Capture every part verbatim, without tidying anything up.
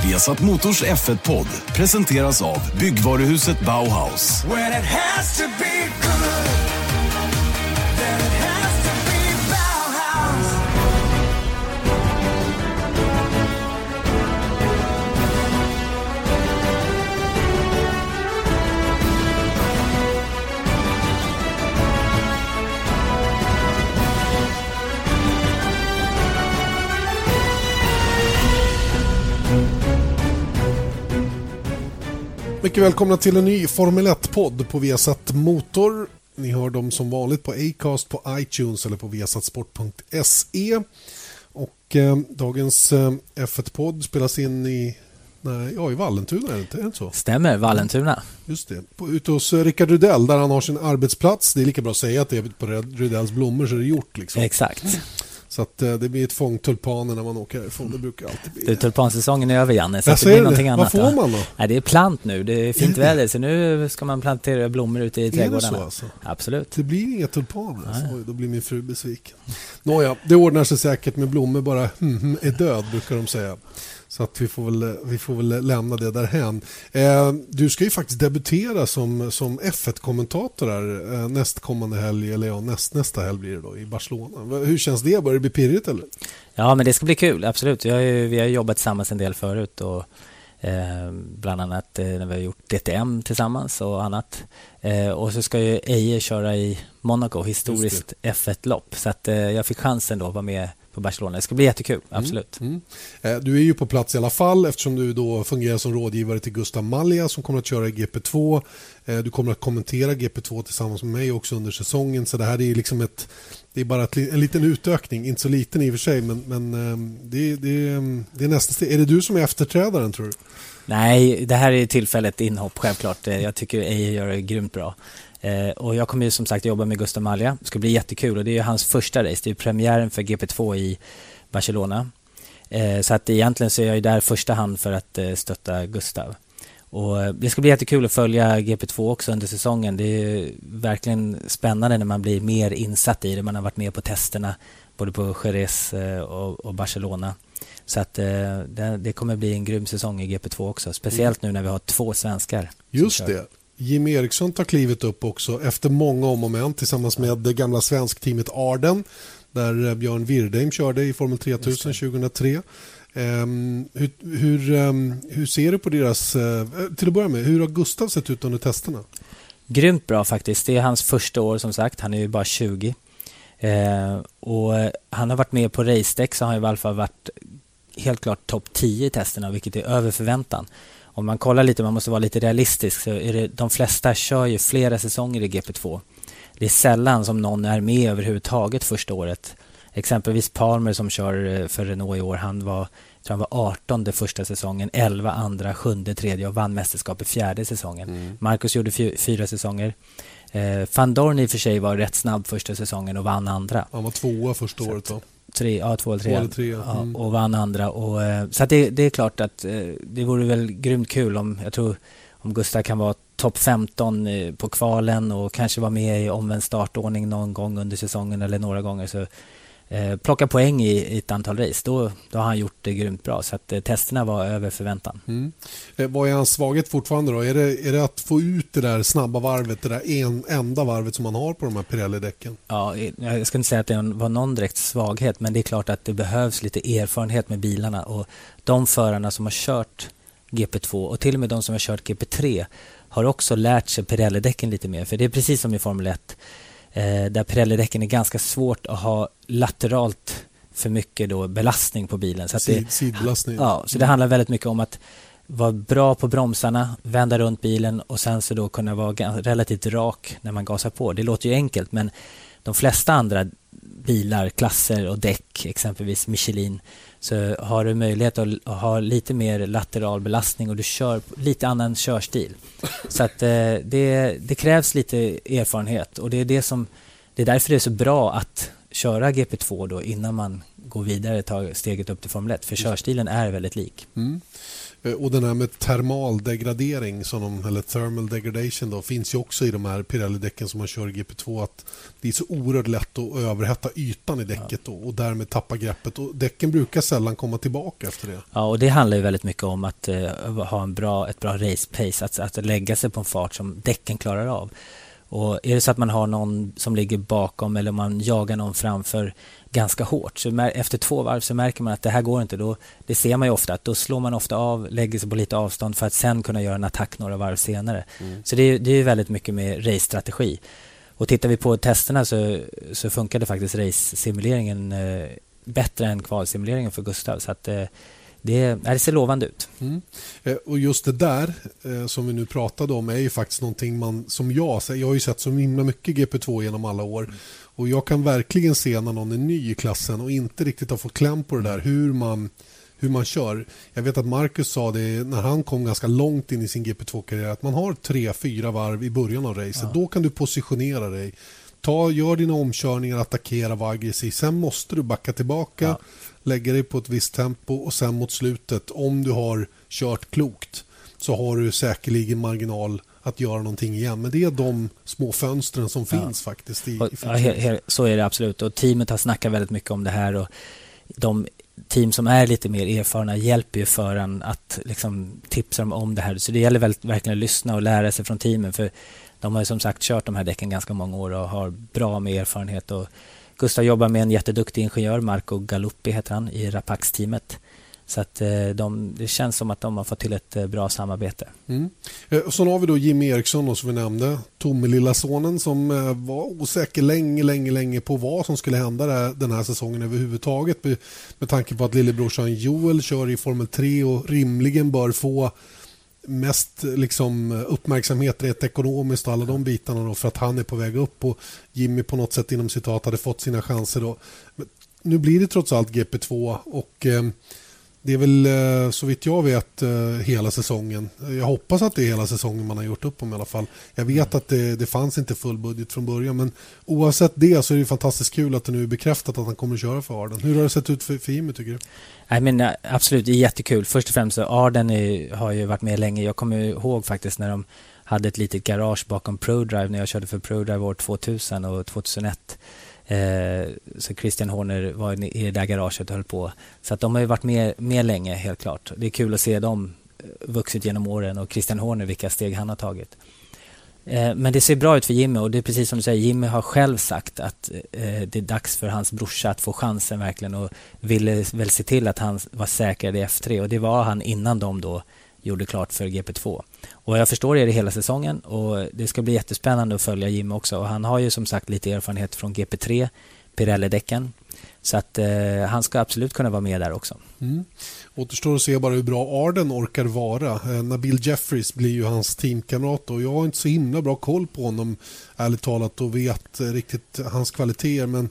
Viasat Motors F ett-podd presenteras av Byggvaruhuset Bauhaus. When it has to be good, then it has to be Bauhaus. Mycket välkomna till en ny Formel ett-podd på Viasat Motor. Ni hör dem som vanligt på Acast, på iTunes eller på viasatsport punkt se. Och eh, dagens eh, F ett-podd spelas in i, nej, ja, i Vallentuna, är det inte, är det inte så? Stämmer, Vallentuna. Just det. På, ute hos eh, Rickard Rydell där han har sin arbetsplats. Det är lika bra att säga att det är på Rydells blommor så är det gjort liksom. Exakt. Så att eh, det blir ett fång tulpaner när man åker ifrån. Det brukar alltid bli. Du, tulpansäsongen är över, Janne, så Jag att det blir det. någonting annat. Vad får man då? Nej, det är plant nu, det är fint Är det? väder, så nu ska man plantera blommor ute i trädgårdarna. Är det så alltså? Absolut. Det blir inga tulpaner, alltså. Oj, då blir min fru besviken. Nåja, det ordnar sig säkert med blommor, bara mm, är död brukar de säga. Så att vi får väl, vi får väl lämna det därhän. Eh, du ska ju faktiskt debutera som, som F ett-kommentator här eh, nästkommande helg, eller ja, näst, nästa helg blir det då i Barcelona. Hur känns det? Börjar det bli pirrigt eller? Ja, men det ska bli kul, absolut. Jag har ju, vi har jobbat tillsammans en del förut och eh, bland annat eh, när vi har gjort D T M tillsammans och annat. Eh, och så ska ju Eje köra i Monaco, historiskt F ett-lopp. Så att eh, jag fick chansen då att vara med på Barcelona. Det ska bli jättekul, absolut. Mm, mm. Du är ju på plats i alla fall eftersom du då fungerar som rådgivare till Gustav Malja som kommer att köra i G P två. Du kommer att kommentera G P två tillsammans med mig också under säsongen. Så det här är liksom ett, det är bara ett, en liten utökning, inte så liten i och för sig, men, men det, det, det är nästa steg. Är det du som är efterträdaren, tror du? Nej, det här är tillfället inhopp, självklart. Jag tycker Eje gör det grymt bra. Eh, och jag kommer ju som sagt jobba med Gustav Malja. Det ska bli jättekul och det är ju hans första race. Det är ju premiären för G P två i Barcelona. Eh, så att egentligen så är jag ju där första hand för att eh, stötta Gustav. Och eh, det ska bli jättekul att följa G P två också under säsongen. Det är verkligen spännande när man blir mer insatt i det. Man har varit med på testerna både på Jerez eh, och, och Barcelona. Så att eh, det, det kommer bli en grym säsong i G P två också. Speciellt nu när vi har två svenskar. Just det. Jim Eriksson tar klivet upp också efter många om och men tillsammans med det gamla svenskteamet Arden där Björn Wirdheim körde i Formel tre tusen tjugohundratre. Um, hur, hur, um, hur ser du på deras... Uh, till att börja med, hur har Gustav sett ut under testerna? Grymt bra faktiskt. Det är hans första år som sagt. Han är ju bara tjugo. Uh, och han har varit med på race-däck så har han i alla fall varit helt klart topp tio i testerna, vilket är över förväntan. Om man kollar lite, man måste vara lite realistisk, så är det, de flesta kör ju flera säsonger i G P två. Det är sällan som någon är med överhuvudtaget första året. Exempelvis Palmer som kör för Renault i år, han var, tror han var artonde första säsongen, elva andra, sjunde, tredje och vann mästerskapet fjärde säsongen. Mm. Marcus gjorde fy, fyra säsonger. Eh, Van Dorn i och för sig var rätt snabb första säsongen och vann andra. Han var tvåa första så året då. Tre, ja, två eller tre, två eller tre. Mm. Ja, och vann andra. Och, så att det, det är klart att det vore väl grymt kul om, jag tror, om Gustav kan vara topp femton på kvalen och kanske vara med i omvänd startordning någon gång under säsongen eller några gånger. Så eh, plocka poäng i, i ett antal race. Då, då har han gjort det grymt bra. Så att eh, testerna var över förväntan. Mm. Eh, vad är hans svaghet fortfarande då? Är det, är det att få ut det där snabba varvet, det där en, enda varvet som man har på de här Pirelli-däcken? Ja, jag ska inte säga att det var någon direkt svaghet, men det är klart att det behövs lite erfarenhet med bilarna. Och de förarna som har kört G P två och till och med de som har kört G P tre har också lärt sig Pirelli-däcken lite mer. För det är precis som i Formel ett. Eh, där Pirelli-däcken är ganska svårt att ha lateralt för mycket då belastning på bilen. Så att det, sidbelastning. Ja, så det handlar väldigt mycket om att vara bra på bromsarna, vända runt bilen och sen så då kunna vara relativt rak när man gasar på. Det låter ju enkelt, men de flesta andra bilar, klasser och däck, exempelvis Michelin, så har du möjlighet att ha lite mer lateral belastning och du kör lite annan körstil. Så att eh, det, det krävs lite erfarenhet och det är det som det är därför det är så bra att köra G P två då innan man går vidare och tar steget upp till Formel ett, för körstilen är väldigt lik. Mm. Och den här med termal degradering, som de, eller thermal degradation då, finns ju också i de här Pirelli-däcken som man kör i G P två, att det är så oerhört lätt att överhetta ytan i däcket då, och därmed tappa greppet. Och däcken brukar sällan komma tillbaka efter det. Ja, och det handlar ju väldigt mycket om att uh, ha en bra, ett bra race pace, att, att lägga sig på en fart som däcken klarar av. Och är det så att man har någon som ligger bakom eller man jagar någon framför ganska hårt, så efter två varv så märker man att det här går inte. Då, det ser man ju ofta, att då slår man ofta av, lägger sig på lite avstånd för att sen kunna göra en attack några varv senare. Mm. Så det är, det är väldigt mycket med race-strategi. Och tittar vi på testerna så, så funkade faktiskt race-simuleringen eh, bättre än kvalsimuleringen för Gustav. Så att eh, det, det ser lovande ut. Mm. Eh, och just det där eh, som vi nu pratade om är ju faktiskt någonting man, som jag, så jag har ju sett så himla mycket G P två genom alla år. Mm. Och jag kan verkligen se när någon är ny i klassen och inte riktigt har fått kläm på det där, hur man, hur man kör. Jag vet att Marcus sa det när han kom ganska långt in i sin G P två-karriär, att man har tre, fyra varv i början av racet. Ja. Då kan du positionera dig. Ta, gör dina omkörningar, attackera, var aggressiv. Sen måste du backa tillbaka, ja. lägga dig på ett visst tempo och sen mot slutet, om du har kört klokt, så har du säkerligen marginal att göra någonting igen. Men det är de små fönstren som ja. finns faktiskt. I, och, i ja, he, he, så är det absolut. Och teamet har snackat väldigt mycket om det här. Och de team som är lite mer erfarna hjälper ju föraren att liksom tipsa dem om det här. Så det gäller väl, verkligen att lyssna och lära sig från teamen. För de har ju som sagt kört de här däcken ganska många år och har bra med erfarenhet. Och Gustav jobbar med en jätteduktig ingenjör, Marco Galuppi heter han, i Rapax-teamet. Så att de, det känns som att de har fått till ett bra samarbete. Mm. Och så har vi då Jimmy Eriksson som vi nämnde, Tommy lilla sonen, som var osäker länge, länge, länge på vad som skulle hända den här säsongen överhuvudtaget, med, med tanke på att lillebrorsan Joel kör i Formel tre och rimligen bör få mest liksom uppmärksamhet rent ekonomiskt och alla de bitarna då, för att han är på väg upp och Jimmy på något sätt inom citat hade fått sina chanser då. Men nu blir det trots allt G P två och eh, det är väl så vitt jag vet hela säsongen. Jag hoppas att det är hela säsongen man har gjort upp om i alla fall. Jag vet att det, det fanns inte full budget från början, men oavsett det så är det fantastiskt kul att det nu är bekräftat att han kommer att köra för Arden. Hur har det sett ut för, för Jimmy, tycker du? Nej, men absolut, det är jättekul. Först och främst så Arden är, har ju varit med länge. Jag kommer ihåg faktiskt när de hade ett litet garage bakom ProDrive när jag körde för ProDrive år tvåtusen och tvåtusenett. Eh, så Christian Horner var i det där garaget och höll på. Så att de har ju varit med, med länge, helt klart. Det är kul att se dem vuxit genom åren och Christian Horner, vilka steg han har tagit. Eh, men det ser bra ut för Jimmy och det är precis som du säger, Jimmy har själv sagt att eh, det är dags för hans brorsa att få chansen verkligen och ville väl se till att han var säkrad i F tre och det var han innan de då gjorde klart för G P två. Och jag förstår det hela säsongen och det ska bli jättespännande att följa Jimmy också. Och han har ju som sagt lite erfarenhet från G P tre, Pirelli-däcken. Så att eh, han ska absolut kunna vara med där också. Mm. Återstår att se bara hur bra Arden orkar vara. Eh, Nabil Jeffries blir ju hans teamkamrat och jag har inte så himla bra koll på honom, ärligt talat, och vet eh, riktigt hans kvaliteter, men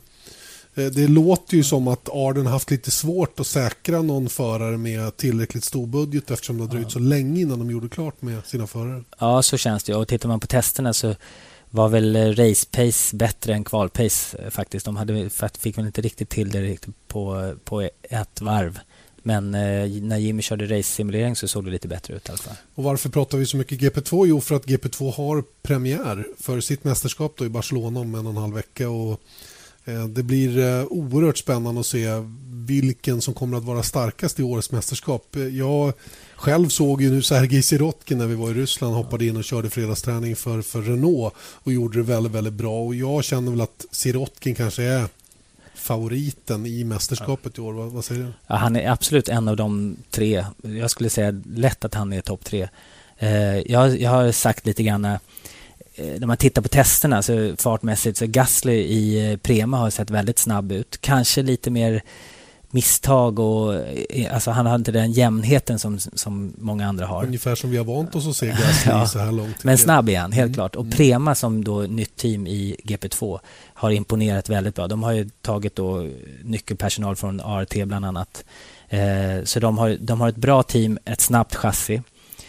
det låter ju som att Arden haft lite svårt att säkra någon förare med tillräckligt stor budget eftersom det har dröjt så länge innan de gjorde klart med sina förare. Ja, så känns det. Och tittar man på testerna så var väl race pace bättre än kval pace faktiskt. De hade, fick väl inte riktigt till det riktigt på, på ett varv. Men eh, när Jimmy körde race-simulering så såg det lite bättre ut i alla fall. Och varför pratar vi så mycket G P två? Jo, för att G P två har premiär för sitt mästerskap då i Barcelona om en och en halv vecka och det blir oerhört spännande att se vilken som kommer att vara starkast i årets mästerskap. Jag själv såg ju nu Sergej Sirotkin när vi var i Ryssland, hoppade in och körde fredagsträning för, för Renault och gjorde det väldigt, väldigt bra. Och jag känner väl att Sirotkin kanske är favoriten i mästerskapet ja. i år. Vad, vad säger du? Ja, han är absolut en av de tre. Jag skulle säga lätt att han är topp tre. Jag, jag har sagt lite grann när man tittar på testerna så fartmässigt så Gasly i Prema har sett väldigt snabb ut. Kanske lite mer misstag och alltså han har inte den jämnheten som, som många andra har. Ungefär som vi har vant oss att se Gasly ja, så här långt. Men snabb är han, helt mm. klart. Och Prema som då nytt team i G P två har imponerat väldigt bra. De har ju tagit då nyckelpersonal från A R T bland annat. Eh, så de har, de har ett bra team, ett snabbt chassi.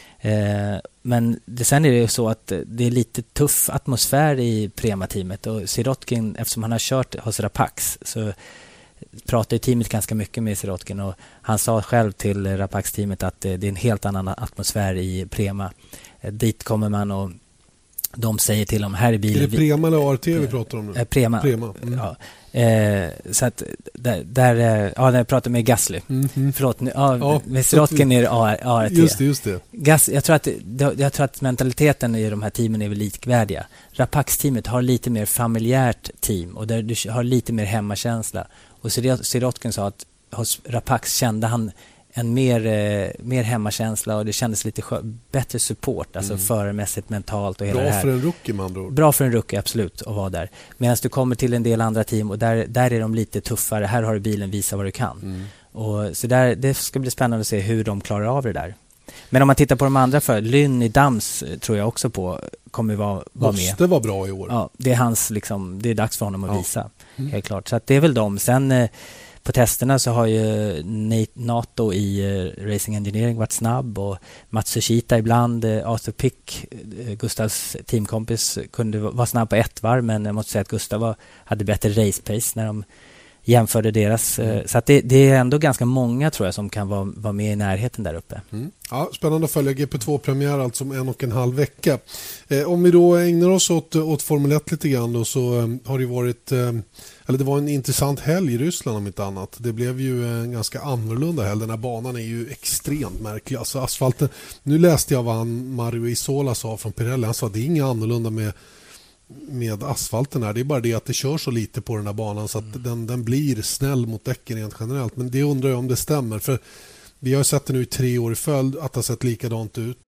Eh, men det, sen är det ju så att det är lite tuff atmosfär i Prema-teamet och Sirotkin, eftersom han har kört hos Rapax så pratar ju teamet ganska mycket med Sirotkin och han sa själv till Rapax-teamet att det är en helt annan atmosfär i Prema. Dit kommer man och de säger till dem här i bilen. Är det Prema eller A R T vi pratar om nu? Prema. Prema. Mm. Ja. Eh, så att där, där ja, när jag pratar med Gasly. Mm-hmm. Förlåt, nu, ja, ja, med Sirotkin är det A R T. Just det, just det. Gas, jag, tror att, jag tror att mentaliteten i de här teamen är väl likvärdiga. Rapax-teamet har lite mer familjärt team och där du har lite mer hemmakänsla. Och Sirotkin sa att hos Rapax kände han en mer, eh, mer hemmakänsla och det kändes lite skö- bättre support, alltså mm. förarmässigt, mentalt och hela Bra det här. för en rookie med andra ord. Bra för en rookie, absolut, att vara där. Medan du kommer till en del andra team och där, där är de lite tuffare. Här har du bilen, visa vad du kan. Mm. Och så där, det ska bli spännande att se hur de klarar av det där. Men om man tittar på de andra för Lynn i Dams tror jag också på kommer vara, vara med. Måste vara bra i år. Ja, det är hans liksom, det är dags för honom att ja. visa. Mm. Helt klart. Så att det är väl de. Sen eh, på testerna så har ju Nate Nato i eh, Racing Engineering varit snabb och Matsushita ibland, eh, Arthur Pick, eh, Gustavs teamkompis, kunde vara snabb på ett varv, men jag måste säga att Gustav var, hade bättre race pace när de jämförde deras. Mm. Eh, så att det, det är ändå ganska många tror jag som kan vara, vara med i närheten där uppe. Mm. Ja, spännande att följa G P två-premiär alltså om en och en halv vecka. Eh, om vi då ägnar oss åt, åt Formel ett lite grann då, så eh, har det varit eh, eller det var en intressant helg i Ryssland om inte annat. Det blev ju en ganska annorlunda helg. Den här banan är ju extremt märklig. Alltså asfalten, nu läste jag vad han, Mario Isola sa från Pirelli. Han sa att det är inget annorlunda med, med asfalten här. Det är bara det att det kör så lite på den här banan så att mm. den, den blir snäll mot däcken rent generellt. Men det undrar jag om det stämmer. För vi har sett det nu i tre år i följd att det har sett likadant ut.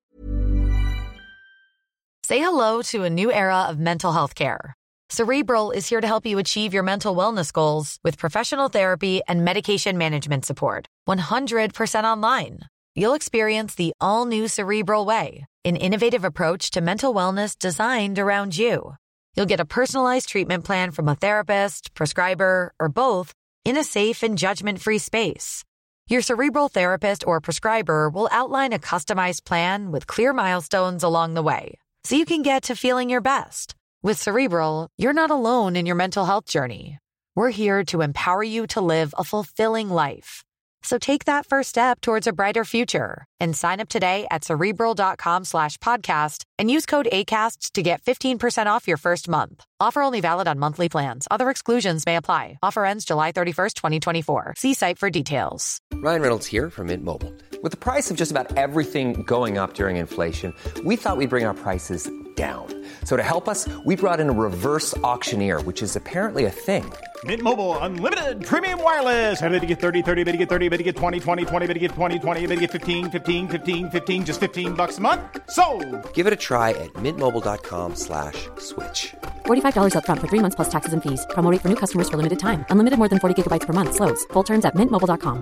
Say hello to a new era of mental health care. Cerebral is here to help you achieve your mental wellness goals with professional therapy and medication management support. one hundred percent online. You'll experience the all-new Cerebral Way, an innovative approach to mental wellness designed around you. You'll get a personalized treatment plan from a therapist, prescriber, or both in a safe and judgment-free space. Your Cerebral therapist or prescriber will outline a customized plan with clear milestones along the way, so you can get to feeling your best. With Cerebral, you're not alone in your mental health journey. We're here to empower you to live a fulfilling life. So take that first step towards a brighter future and sign up today at Cerebral.com slash podcast and use code ACAST to get fifteen percent off your first month. Offer only valid on monthly plans. Other exclusions may apply. Offer ends July thirty-first, twenty twenty-four. See site for details. Ryan Reynolds here from Mint Mobile. With the price of just about everything going up during inflation, we thought we'd bring our prices down. So to help us, we brought in a reverse auctioneer, which is apparently a thing. Mint Mobile Unlimited Premium Wireless. How to get thirty, thirty, how to get thirty, how to get twenty, twenty, twenty, how to get twenty, twenty, how to get fifteen, fifteen, fifteen, fifteen, just fifteen bucks a month? Sold! Give it a try at mintmobile.com slash switch. forty-five dollars up front for three months plus taxes and fees. Promo rate for new customers for limited time. Unlimited more than forty gigabytes per month. Slows full terms at mint mobile dot com.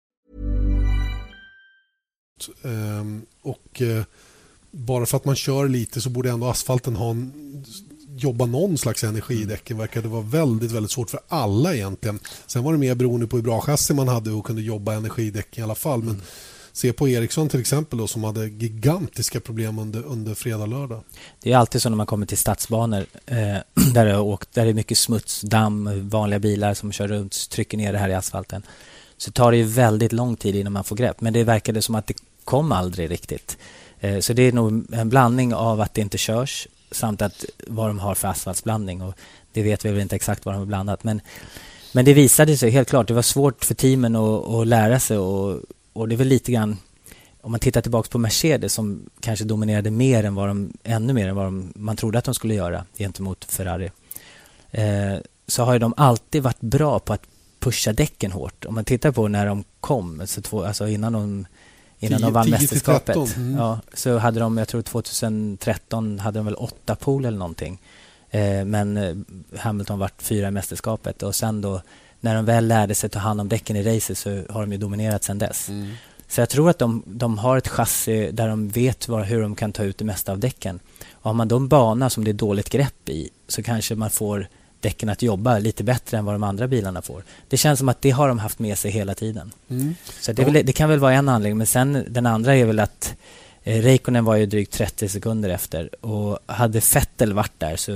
Um, och uh, bara för att man kör lite så borde ändå asfalten ha en, jobba någon slags energi i däcken. Verkade vara väldigt, väldigt svårt för alla egentligen. Sen var det mer beroende på hur bra chassi man hade och kunde jobba energi i däcken i alla fall. Men mm. se på Ericsson till exempel då, som hade gigantiska problem under, under fredag lördag. Det är alltid så när man kommer till stadsbanor eh, där, det åkt, där det är mycket smuts, damm, vanliga bilar som kör runt, trycker ner det här i asfalten. Så tar det ju väldigt lång tid innan man får grepp. Men det verkade som att det kom aldrig riktigt. Eh, så det är nog en blandning av att det inte körs samt att vad de har för asfaltsblandning. Och det vet vi väl inte exakt vad de har blandat. Men, men det visade sig helt klart. Det var svårt för teamen att, att lära sig. Och, och det är väl lite grann, om man tittar tillbaka på Mercedes som kanske dominerade mer än vad de, ännu mer än vad de, man trodde att de skulle göra gentemot Ferrari. Eh, så har ju de alltid varit bra på att pusha däcken hårt. Om man tittar på när de kom, alltså, två, alltså innan de innan tio, de vann mästerskapet. Mm. Ja, så hade de, jag tror tjugohundratretton hade de väl åtta pol eller någonting. Eh, men eh, Hamilton vart fyra i mästerskapet och sen då när de väl lärde sig ta hand om däcken i racet så har de ju dominerat sedan dess. Mm. Så jag tror att de, de har ett chassi där de vet var, hur de kan ta ut det mesta av däcken. Och har man då en bana som det är dåligt grepp i så kanske man får däcken att jobba lite bättre än vad de andra bilarna får. Det känns som att det har de haft med sig hela tiden. Mm. Så det, väl, det kan väl vara en anledning. Men sen den andra är väl att eh, Räikkönen var ju drygt trettio sekunder efter. Och hade Vettel varit där så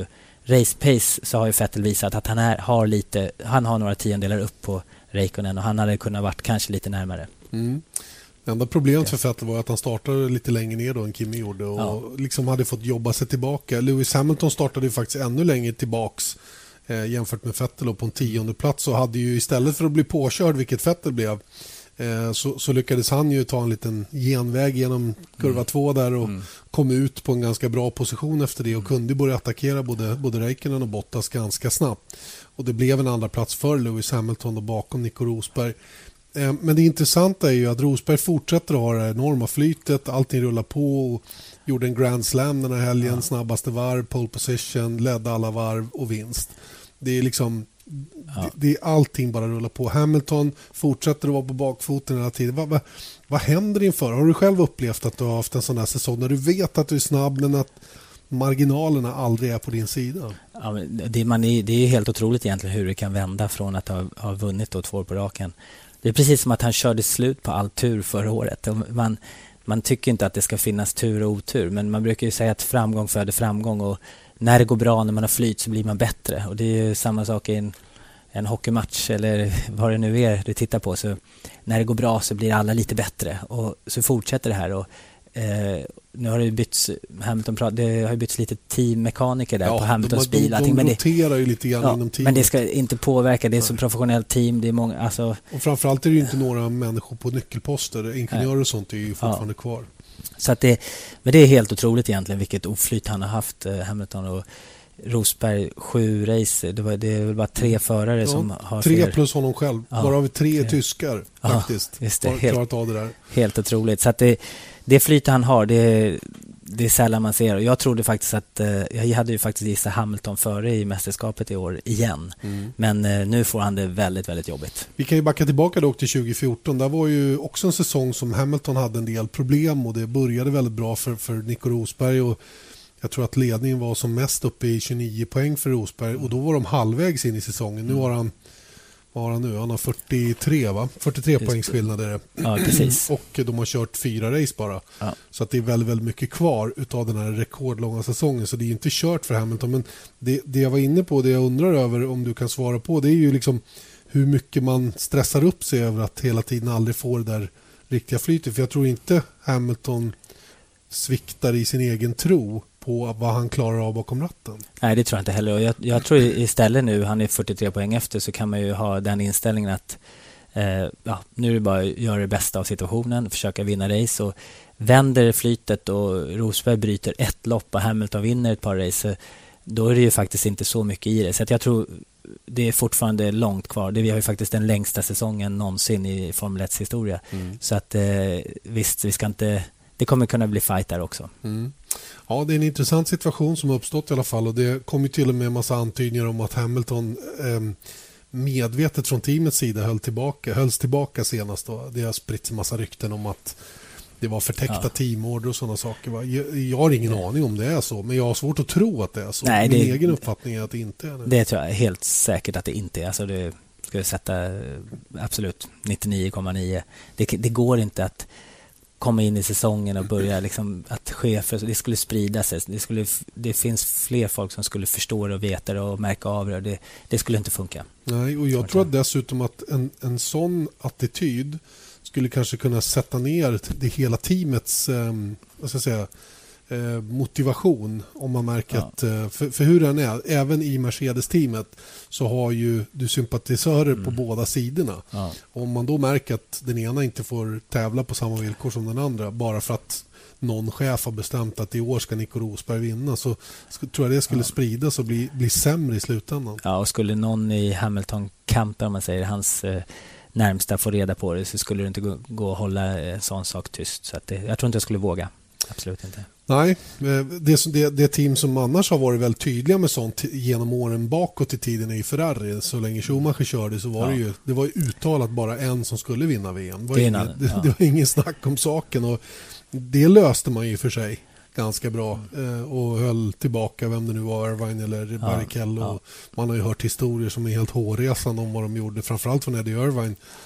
race pace så har ju Vettel visat att han är, har lite, han har några tiondelar upp på Räikkönen och han hade kunnat varit kanske lite närmare. Mm. Det enda problemet för Vettel var att han startade lite längre ner då än Kimi gjorde och Ja. liksom hade fått jobba sig tillbaka. Lewis Hamilton startade ju faktiskt ännu längre tillbaks eh, jämfört med Vettel och på en tionde plats och hade ju istället för att bli påkörd, vilket Vettel blev, eh, så, så lyckades han ju ta en liten genväg genom kurva mm. två där och mm. kom ut på en ganska bra position efter det och mm. kunde börja attackera både, både Räikkönen och Bottas ganska snabbt. Och det blev en andra plats för Lewis Hamilton och bakom Nico Rosberg. Men det intressanta är ju att Rosberg fortsätter att ha det enorma flytet, allting rullar på och gjorde en Grand Slam den här helgen, ja. snabbaste varv, pole position, ledde alla varv och vinst. Det är liksom ja. det, det är allting bara rullar på. Hamilton fortsätter att vara på bakfoten hela tiden. Vad, vad, vad händer inför? Har du själv upplevt att du har haft en sån här säsong när du vet att du är snabb men att marginalerna aldrig är på din sida? Ja, men det, man är, det är helt otroligt egentligen hur det kan vända från att ha, ha vunnit då två år på raken. Det är precis som att han körde slut på all tur förra året. Man, man tycker inte att det ska finnas tur och otur, men man brukar ju säga att framgång föder framgång och när det går bra, när man har flyt så blir man bättre. Och det är ju samma sak i en, en hockeymatch eller vad det nu är du tittar på. Så när det går bra så blir alla lite bättre och så fortsätter det här. Och Eh, nu har det bytts Hamilton, det har ju bytts lite teammekaniker där ja, på Hamiltons bil. De, de, de roterar det, ju lite grann ja, inom teamet. Men det ska inte påverka, det är så professionellt team. Det är många, alltså... Och framförallt är det ju inte några människor på nyckelposter. Ingenjörer och sånt är ju fortfarande ja. kvar. Så att det, men det är helt otroligt egentligen vilket oflyt han har haft, eh, Hamilton och Rosberg, sju race. Det, var, det är väl bara tre förare ja, som har tre fler. Plus honom själv. Ja, bara har vi tre, tre tyskar faktiskt. Ja, just det, har helt, klarat av det där. Helt otroligt. Så att det, det flyt han har, det, det är sällan man ser. Och jag trodde faktiskt att, eh, jag hade ju faktiskt gissat Hamilton före i mästerskapet i år igen. Mm. Men eh, nu får han det väldigt, väldigt jobbigt. Vi kan ju backa tillbaka då till tjugo fjorton. Där var ju också en säsong som Hamilton hade en del problem och det började väldigt bra för, för Nico Rosberg och jag tror att ledningen var som mest uppe i tjugonio poäng för Rosberg och då var de halvvägs in i säsongen. Nu har han, vad har han nu? Han har fyrtiotre va? fyrtiotre poängs skillnad är det. Ja, precis. Och de har kört fyra race bara. Ja. Så att det är väldigt, väldigt mycket kvar utav den här rekordlånga säsongen. Så det är inte kört för Hamilton. Men det, det jag var inne på, det jag undrar över om du kan svara på, det är ju liksom hur mycket man stressar upp sig över att hela tiden aldrig få det där riktiga flytet. För jag tror inte Hamilton sviktar i sin egen tro på vad han klarar av bakom ratten. Nej, det tror jag inte heller. Jag, jag tror istället nu, han är fyrtiotre poäng efter, så kan man ju ha den inställningen att eh, ja, nu är det bara att göra det bästa av situationen, försöka vinna race och vänder flytet och Rosberg bryter ett lopp och Hamilton vinner ett par race, då är det ju faktiskt inte så mycket i det. Så att jag tror det är fortfarande långt kvar. Det, vi har ju faktiskt den längsta säsongen någonsin i Formel ett historia. Mm. Så att eh, visst, vi ska inte... Det kommer kunna bli fight där också. Mm. Ja, det är en intressant situation som har uppstått i alla fall och det kom ju till och med en massa antydningar om att Hamilton eh, medvetet från teamets sida höll tillbaka, hölls tillbaka senast. Då. Det har spritts en massa rykten om att det var förtäckta ja. teamorder och sådana saker. Va? Jag, jag har ingen Nej. aning om det är så, men jag har svårt att tro att det är så. Nej, Min det, egen uppfattning är att det inte är det. Det tror jag helt säkert att det inte är. Alltså det ska jag sätta absolut nittionio komma nio. Det, det går inte att komma in i säsongen och börja liksom att chefer, det skulle sprida sig. Det, skulle, det finns fler folk som skulle förstå det och veta det och märka av det. Det, det skulle inte funka. Nej, och jag tror att dessutom att en, en sån attityd skulle kanske kunna sätta ner det hela teamets eh, vad ska jag säga, eh, motivation om man märker ja. att, eh, för, för hur den är, även i Mercedes-teamet så har ju du sympatisörer mm. på båda sidorna. Ja. Och om man då märker att den ena inte får tävla på samma villkor som den andra bara för att någon chef har bestämt att i år ska Nico Rosberg vinna, så tror jag det skulle ja. spridas och bli, bli sämre i slutändan. Ja, och skulle någon i Hamilton-kampen, om man säger hans eh, närmsta få reda på det, så skulle det inte gå, gå att hålla en sån sak tyst. Så att det, jag tror inte jag skulle våga. Absolut inte. Nej, det, det, det team som annars har varit väldigt tydliga med sånt genom åren bakåt i tiden är ju Ferrari. Så länge Schumacher körde så var ja. det ju det var uttalat bara en som skulle vinna V M. Det var, ingen, det, ja. det var ingen snack om saken och det löste man ju för sig ganska bra mm. och höll tillbaka vem det nu var, Irvine eller ja. Barrichello. Ja. Man har ju hört historier som är helt hårresande om vad de gjorde, framförallt från Eddie Irvine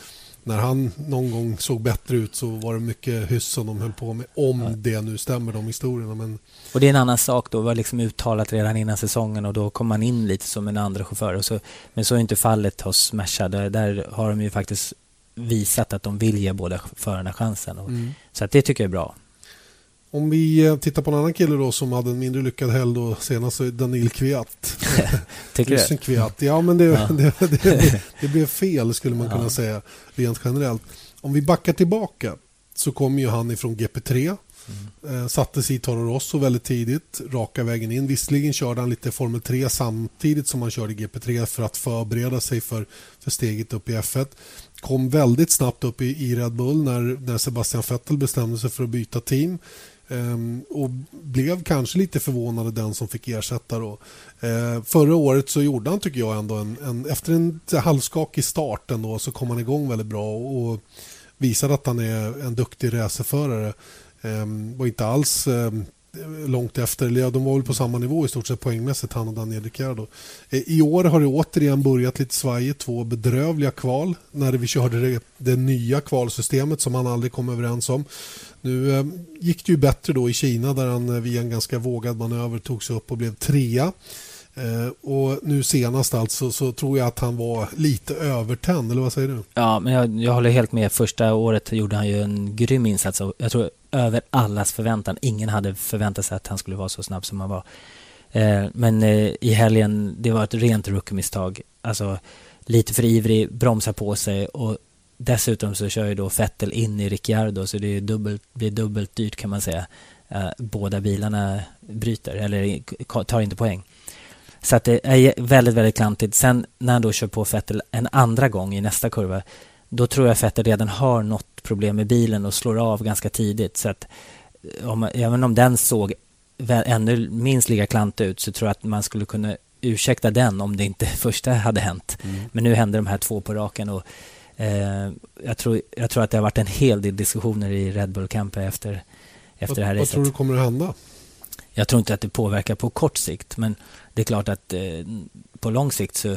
när han någon gång såg bättre ut så var det mycket hyss som de höll på med, om ja. det nu stämmer, de historierna. Men... Och det är en annan sak då, var liksom uttalat redan innan säsongen och då kom man in lite som en andra chaufför. Och så, men så är inte fallet hos Merca. Där, där har de ju faktiskt visat att de vill ge båda förarna chansen. Och, mm. Så att det tycker jag är bra. Om vi tittar på en annan kille då som hade en mindre lyckad helg då senast, så är Daniil Kvyat. Tycker du? Kvyat. Ja, men det, ja. Det, det, det, det blev fel skulle man kunna ja. säga rent generellt. Om vi backar tillbaka så kom ju han ifrån G P tre. Mm. Eh, satte sig i Toro Rosso väldigt tidigt, raka vägen in. Visserligen körde han lite Formel tre samtidigt som han körde G P tre för att förbereda sig för, för steget upp i F ett. Kom väldigt snabbt upp i, i Red Bull när, när Sebastian Vettel bestämde sig för att byta team. Um, och blev kanske lite förvånad den som fick ersätta då. Uh, förra året så gjorde han, tycker jag ändå en, en, efter en halvskakig start ändå, så kom han igång väldigt bra och, och visade att han är en duktig racerförare. Um, var inte alls um, långt efter, eller de var väl på samma nivå i stort sett poängmässigt, han och Daniel Ricciardo. Uh, I år har det återigen börjat lite svajigt, två bedrövliga kval när vi körde det, det nya kvalsystemet som han aldrig kom överens om. Nu eh, gick det ju bättre då i Kina där han eh, via en ganska vågad manöver tog sig upp och blev trea. Eh, och nu senast alltså så tror jag att han var lite övertänd, eller vad säger du? Ja, men jag, jag håller helt med. Första året gjorde han ju en grym insats och jag tror över allas förväntan. Ingen hade förväntat sig att han skulle vara så snabb som han var. Eh, men eh, i helgen, det var ett rent rookie-misstag. Alltså lite för ivrig, bromsa på sig och dessutom så kör ju då Vettel in i Ricciardo, så det är dubbelt, blir dubbelt dyrt kan man säga. Uh, båda bilarna bryter eller tar inte poäng. Så att det är väldigt, väldigt klantigt. Sen när han då kör på Vettel en andra gång i nästa kurva, då tror jag att Vettel redan har något problem med bilen och slår av ganska tidigt. Så att om, även om den såg väl, ännu minst lika klant ut, så tror jag att man skulle kunna ursäkta den om det inte första hade hänt. Mm. Men nu händer de här två på raken och Eh, jag, tror, jag tror att det har varit en hel del diskussioner i Red Bull-campen efter, efter det här racet. Vad tror du kommer att hända? Jag tror inte att det påverkar på kort sikt, men det är klart att eh, på lång sikt så,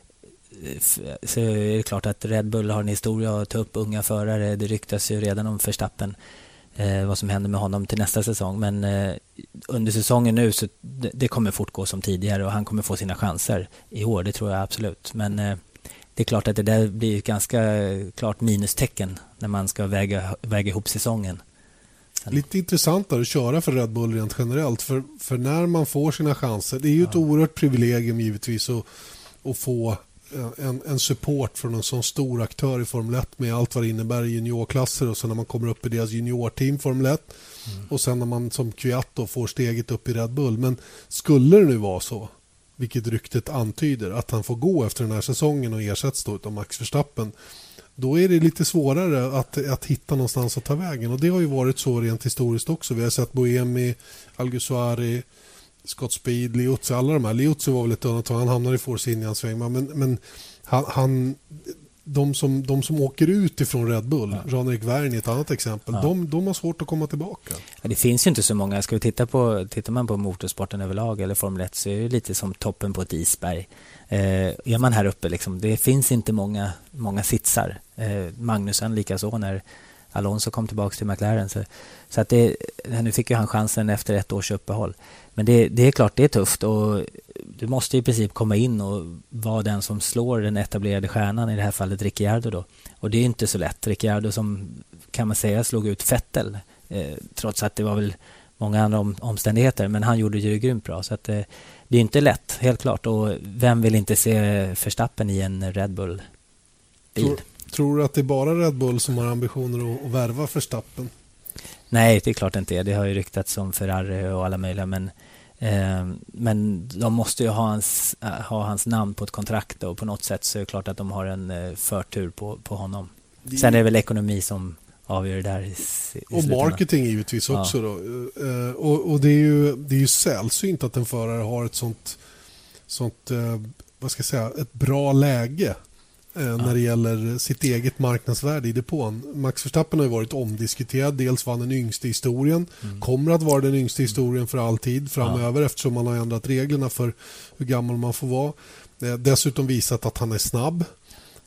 så är det klart att Red Bull har en historia att ta upp unga förare. Det ryktas ju redan om Verstappen, eh, vad som händer med honom till nästa säsong, men eh, under säsongen nu så det, det kommer fortgå som tidigare och han kommer få sina chanser i år, det tror jag absolut. Men eh, det är klart att det där blir ett ganska klart minustecken när man ska väga, väga ihop säsongen. Sen. Lite intressantare att köra för Red Bull rent generellt. För, för när man får sina chanser, det är ju ja. ett oerhört privilegium givetvis att, att få en, en support från en sån stor aktör i Formel ett med allt vad det innebär i juniorklasser, och sen när man kommer upp i deras juniorteam Formel ett mm. och sen när man som Kvyat då får steget upp i Red Bull. Men skulle det nu vara så, vilket ryktet antyder, att han får gå efter den här säsongen och ersätts då av Max Verstappen, då är det lite svårare att, att hitta någonstans att ta vägen. Och det har ju varit så rent historiskt också. Vi har sett Buemi, Alguersuari, Scott Speed, Liuzzi, alla de här. Liuzzi var väl ett undantag, han hamnade i Force India-sväng, men, men han, han de, som, de som åker ut ifrån Red Bull, ja. Jean-Éric Vergne är ett annat exempel, ja. de, de har svårt att komma tillbaka. Ja, det finns ju inte så många. Ska vi titta på, tittar man på motorsporten överlag eller Formel ett, så är det lite som toppen på ett isberg. Eh, är man här uppe liksom, det finns inte många, många sitsar. Eh, Magnussen lika så när Alonso kom tillbaka till McLaren. Så, så att det, nu fick ju han chansen efter ett års uppehåll. Men det, det är klart, det är tufft och du måste i princip komma in och vara den som slår den etablerade stjärnan, i det här fallet Ricciardo då. Och det är inte så lätt. Ricciardo som, kan man säga, slog ut Vettel eh, trots att det var väl många andra om, omständigheter, men han gjorde det grymt bra. Så att eh, det är inte lätt, helt klart. Och vem vill inte se Verstappen i en Red Bull-bil? Tror, tror du att det är bara Red Bull som har ambitioner att, att värva Verstappen? Nej, det är klart inte det. Det har ju ryktats om Ferrari och alla möjliga, men eh, men de måste ju ha hans, ha hans namn på ett kontrakt och på något sätt så är det klart att de har en eh, förtur på, på honom. Det... Sen är det väl ekonomi som avgör det där i, i och marketing givetvis också ja. då. Eh, och, och det är ju det är ju sällsynt att en förare har ett sånt sånt eh, vad ska jag säga, ett bra läge eh, ja. när det gäller sitt eget marknadsvärde i depån. Max Verstappen har ju varit omdiskuterad. Dels var han den yngste i historien, mm. kommer att vara den yngste i historien för alltid framöver ja. eftersom man har ändrat reglerna för hur gammal man får vara. Eh, dessutom visat att han är snabb.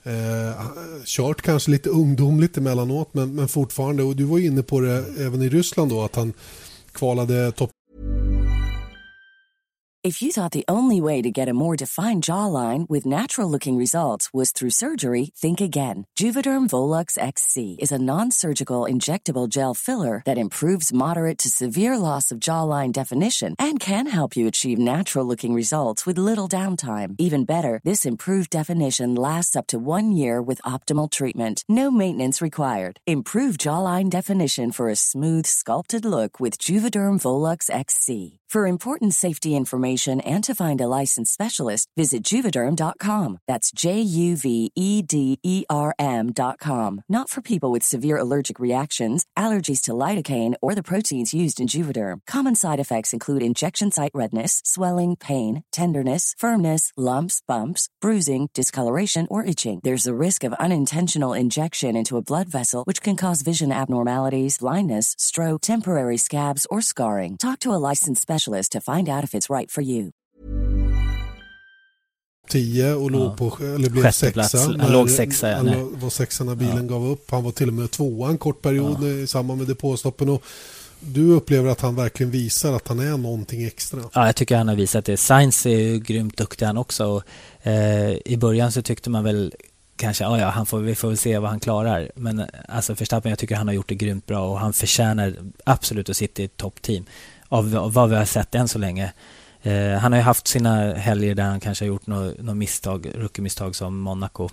Eh, kört kanske lite ungdomligt emellanåt, men, men fortfarande, och du var inne på det även i Ryssland då, att han kvalade topp. If you thought the only way to get a more defined jawline with natural-looking results was through surgery, think again. Juvederm Volux X C is a non-surgical injectable gel filler that improves moderate to severe loss of jawline definition and can help you achieve natural-looking results with little downtime. Even better, this improved definition lasts up to one year with optimal treatment. No maintenance required. Improve jawline definition for a smooth, sculpted look with Juvederm Volux X C. For important safety information and to find a licensed specialist, visit Juvederm dot com. That's J U V E D E R M dot com. Not for people with severe allergic reactions, allergies to lidocaine, or the proteins used in Juvederm. Common side effects include injection site redness, swelling, pain, tenderness, firmness, lumps, bumps, bruising, discoloration, or itching. There's a risk of unintentional injection into a blood vessel, which can cause vision abnormalities, blindness, stroke, temporary scabs, or scarring. Talk to a licensed specialist to find out if it's right for you. tio och låg ja. på, eller blev Sjätte sexa. Plats. När, han låg sexa. Ja, han var sexa när bilen ja. gav upp. Han var till och med tvåa en kort period ja. i samband med depåstoppen. Och du upplever att han verkligen visar att han är någonting extra. Ja, jag tycker han har visat det. Sainz är ju grymt duktig han också. Och, eh, i början så tyckte man väl kanske, ja, ja han får, vi får väl se vad han klarar. Men alltså Verstappen, jag tycker han har gjort det grymt bra och han förtjänar absolut att sitta i ett toppteam. Av, av vad vi har sett än så länge. Eh, han har ju haft sina helger där han kanske har gjort något nå misstag, rookie-misstag som Monaco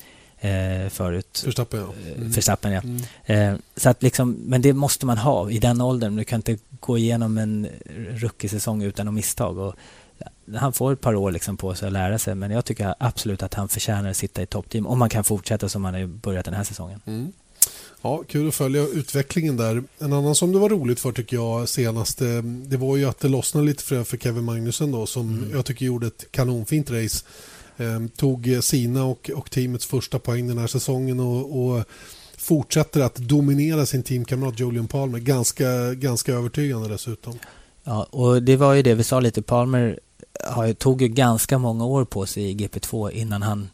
eh, förut. Verstappen, ja. Mm. Verstappen, ja. Mm. Eh, så att liksom, men det måste man ha i den åldern. Du kan inte gå igenom en rookie-säsong utan något misstag. Och han får ett par år liksom på sig att lära sig, men jag tycker absolut att han förtjänar att sitta i toppteam om man kan fortsätta som han har börjat den här säsongen. Mm. Ja, kul att följa utvecklingen där. En annan som det var roligt för tycker jag senast, det var ju att det lossnade lite för, för Kevin Magnussen då, som mm. jag tycker gjorde ett kanonfint race. Ehm, tog sina och, och teamets första poäng den här säsongen och, och fortsätter att dominera sin teamkamrat Julian Palmer. Ganska, ganska övertygande dessutom. Ja, och det var ju det vi sa lite. Palmer har, tog ju ganska många år på sig i G P två innan han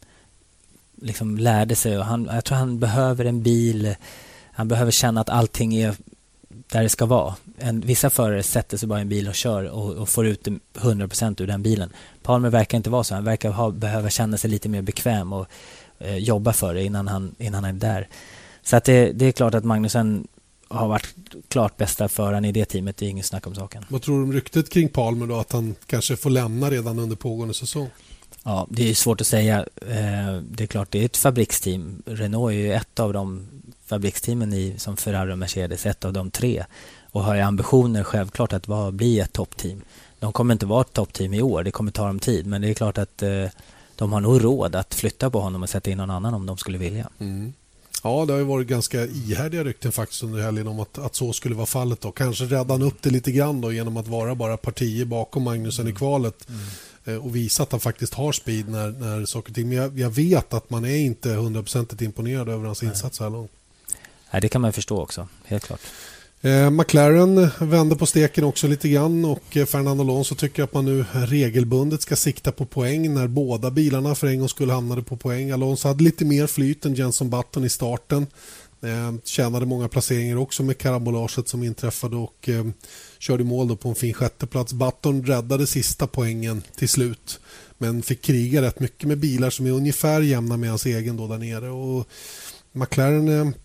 liksom lärde sig. Och han, jag tror han behöver en bil. Han behöver känna att allting är där det ska vara. En, vissa förare sätter sig bara i en bil och kör och, och får ut hundra procent ur den bilen. Palmer verkar inte vara så. Han verkar ha, behöva känna sig lite mer bekväm och eh, jobba för det innan han, innan han är där. Så att det, det är klart att Magnussen har varit klart bästa föraren i det teamet. Det är ingen snack om saken. Vad tror du om ryktet kring Palmer då? Att han kanske får lämna redan under pågående säsong? Ja, det är svårt att säga. Det är klart, det är ett fabriksteam. Renault är ju ett av de fabriksteamen i, som Ferrari och Mercedes, ett av de tre. Och har ju ambitioner självklart att vara, bli ett toppteam. De kommer inte vara ett toppteam i år, det kommer ta dem tid. Men det är klart att de har nog råd att flytta på honom och sätta in någon annan om de skulle vilja. Mm. Ja, det har ju varit ganska ihärdiga rykten faktiskt under helgen om att, att så skulle vara fallet då. Kanske rädda han upp det lite grann då genom att vara bara partier bakom Magnussen mm. i kvalet. Mm. Och visa att han faktiskt har speed när, när saker och ting. Men jag, jag vet att man är inte hundraprocentigt imponerad över hans insats här långt. Nej, det kan man förstå också, helt klart. Eh, McLaren vände på steken också lite grann och eh, Fernando Alonso tycker att man nu regelbundet ska sikta på poäng när båda bilarna för en gång skulle hamnade på poäng. Alonso hade lite mer flyt än Jenson Button i starten. Eh, tjänade många placeringar också med karambolaget som inträffade och eh, körde mål då på en fin sjätteplats. Button räddade sista poängen till slut men fick kriga rätt mycket med bilar som är ungefär jämna med hans egen då där nere. Och McLaren eh,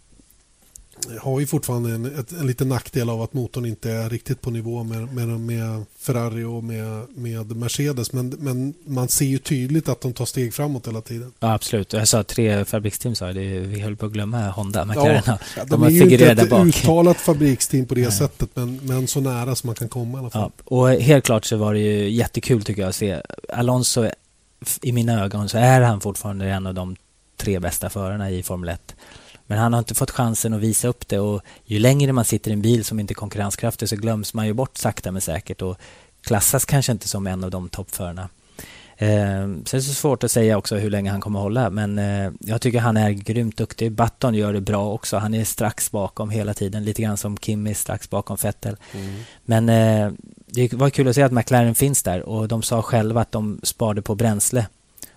har ju fortfarande en, ett, en liten nackdel av att motorn inte är riktigt på nivå med, med, med Ferrari och med, med Mercedes. Men, men man ser ju tydligt att de tar steg framåt hela tiden. Ja, absolut. Jag sa tre fabriksteam, sa det. Vi höll på att glömma Honda. McLaren, ja, de, de är ju inte ett bak. uttalat fabriksteam på det Nej. sättet, men, men så nära som man kan komma i alla fall. Ja, och helt klart så var det ju jättekul tycker jag att se. Alonso, i mina ögon så är han fortfarande en av de tre bästa förarna i Formel ett. Men han har inte fått chansen att visa upp det och ju längre man sitter i en bil som inte är konkurrenskraftig så glöms man ju bort sakta men säkert och klassas kanske inte som en av de toppförarna. Eh, sen är det så svårt att säga också hur länge han kommer hålla, men eh, jag tycker han är grymt duktig. Button gör det bra också. Han är strax bakom hela tiden, lite grann som Kimi är strax bakom Vettel. Mm. Men eh, det var kul att se att McLaren finns där och de sa själva att de sparade på bränsle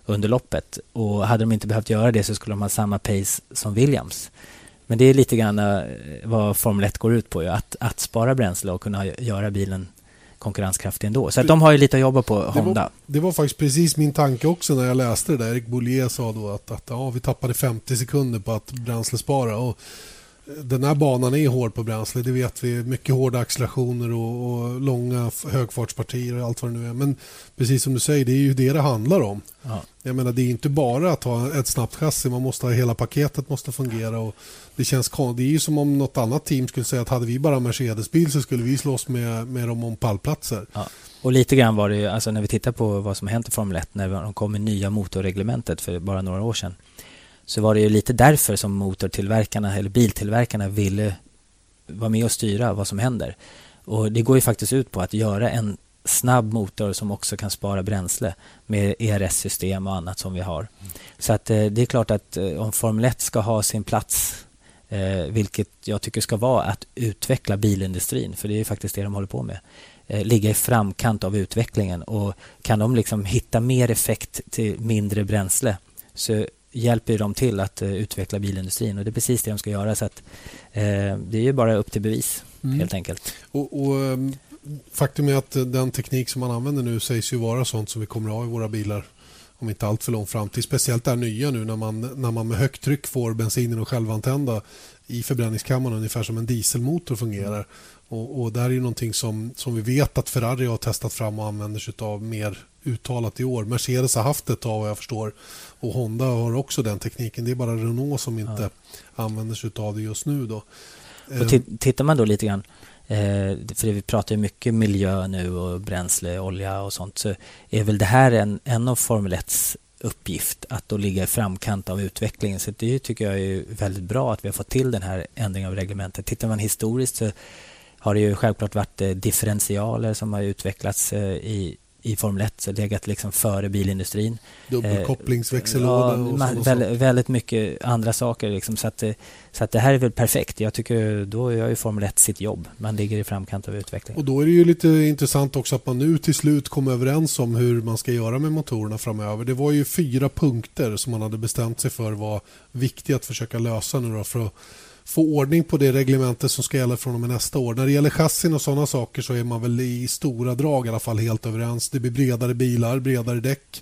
under loppet. Och hade de inte behövt göra det så skulle de ha samma pace som Williams. Men det är lite grann vad Formel ett går ut på, ju, att, att spara bränsle och kunna göra bilen konkurrenskraftig ändå. Så att de har ju lite att jobba på, Honda. Det var, det var faktiskt precis min tanke också när jag läste det där. Erik Bollier sa då att, att ja, vi tappade femtio sekunder på att bränslespara. Och den här banan är hård på bränsle, det vet vi. Mycket hårda accelerationer och, och långa högfartspartier och allt vad det nu är. Men precis som du säger, det är ju det det handlar om. Ja. Jag menar, det är inte bara att ha ett snabbt chassi, man måste ha hela paketet måste fungera. Och det känns det är ju som om något annat team skulle säga att hade vi bara Mercedes-bil så skulle vi slåss med, med dem om pallplatser. Ja. Och lite grann var det ju, alltså när vi tittar på vad som hänt i Formel ett när de kom med nya motorreglementet för bara några år sedan, så var det ju lite därför som motortillverkarna eller biltillverkarna ville vara med och styra vad som händer. Och det går ju faktiskt ut på att göra en snabb motor som också kan spara bränsle med E R S-system och annat som vi har. Mm. Så att eh, det är klart att eh, om Formel ett ska ha sin plats, eh, vilket jag tycker ska vara att utveckla bilindustrin, för det är ju faktiskt det de håller på med, eh, ligga i framkant av utvecklingen, och kan de liksom hitta mer effekt till mindre bränsle så hjälper de till att uh, utveckla bilindustrin, och det är precis det de ska göra, så att uh, det är ju bara upp till bevis mm. helt enkelt. Och, och um, faktum är att den teknik som man använder nu sägs ju vara sånt som vi kommer att ha i våra bilar om inte allt för lång framtid, speciellt det nya nu när man, när man med högt tryck får bensinen och självantända i förbränningskammaren ungefär som en dieselmotor fungerar. Mm. Och, och där är ju någonting som, som vi vet att Ferrari har testat fram och använder sig av mer uttalat i år. Mercedes har haft det ett tag vad jag förstår, och Honda har också den tekniken. Det är bara Renault som inte ja. använder sig av det just nu då. Och t- tittar man då lite grann, eh, för vi pratar ju mycket miljö nu och bränsle, olja och sånt, så är väl det här en, en av Formel etts uppgift att då ligga i framkant av utvecklingen. Så det tycker jag är väldigt bra att vi har fått till den här ändringen av reglementet. Tittar man historiskt så har det ju självklart varit eh, differentialer som har utvecklats eh, i i Formel ett, så legat liksom före bilindustrin. Dubbelkopplingsväxellåda eh, och man, väldigt, väldigt mycket andra saker. Liksom, så, att, så att det här är väl perfekt. Jag tycker då gör ju Formel ett sitt jobb. Man ligger i framkant av utveckling. Och då är det ju lite intressant också att man nu till slut kom överens om hur man ska göra med motorerna framöver. Det var ju fyra punkter som man hade bestämt sig för var viktiga att försöka lösa nu då, för att få ordning på det reglementet som ska gälla från och med nästa år. När det gäller chassin och sådana saker så är man väl i stora drag i alla fall helt överens. Det blir bredare bilar, bredare däck,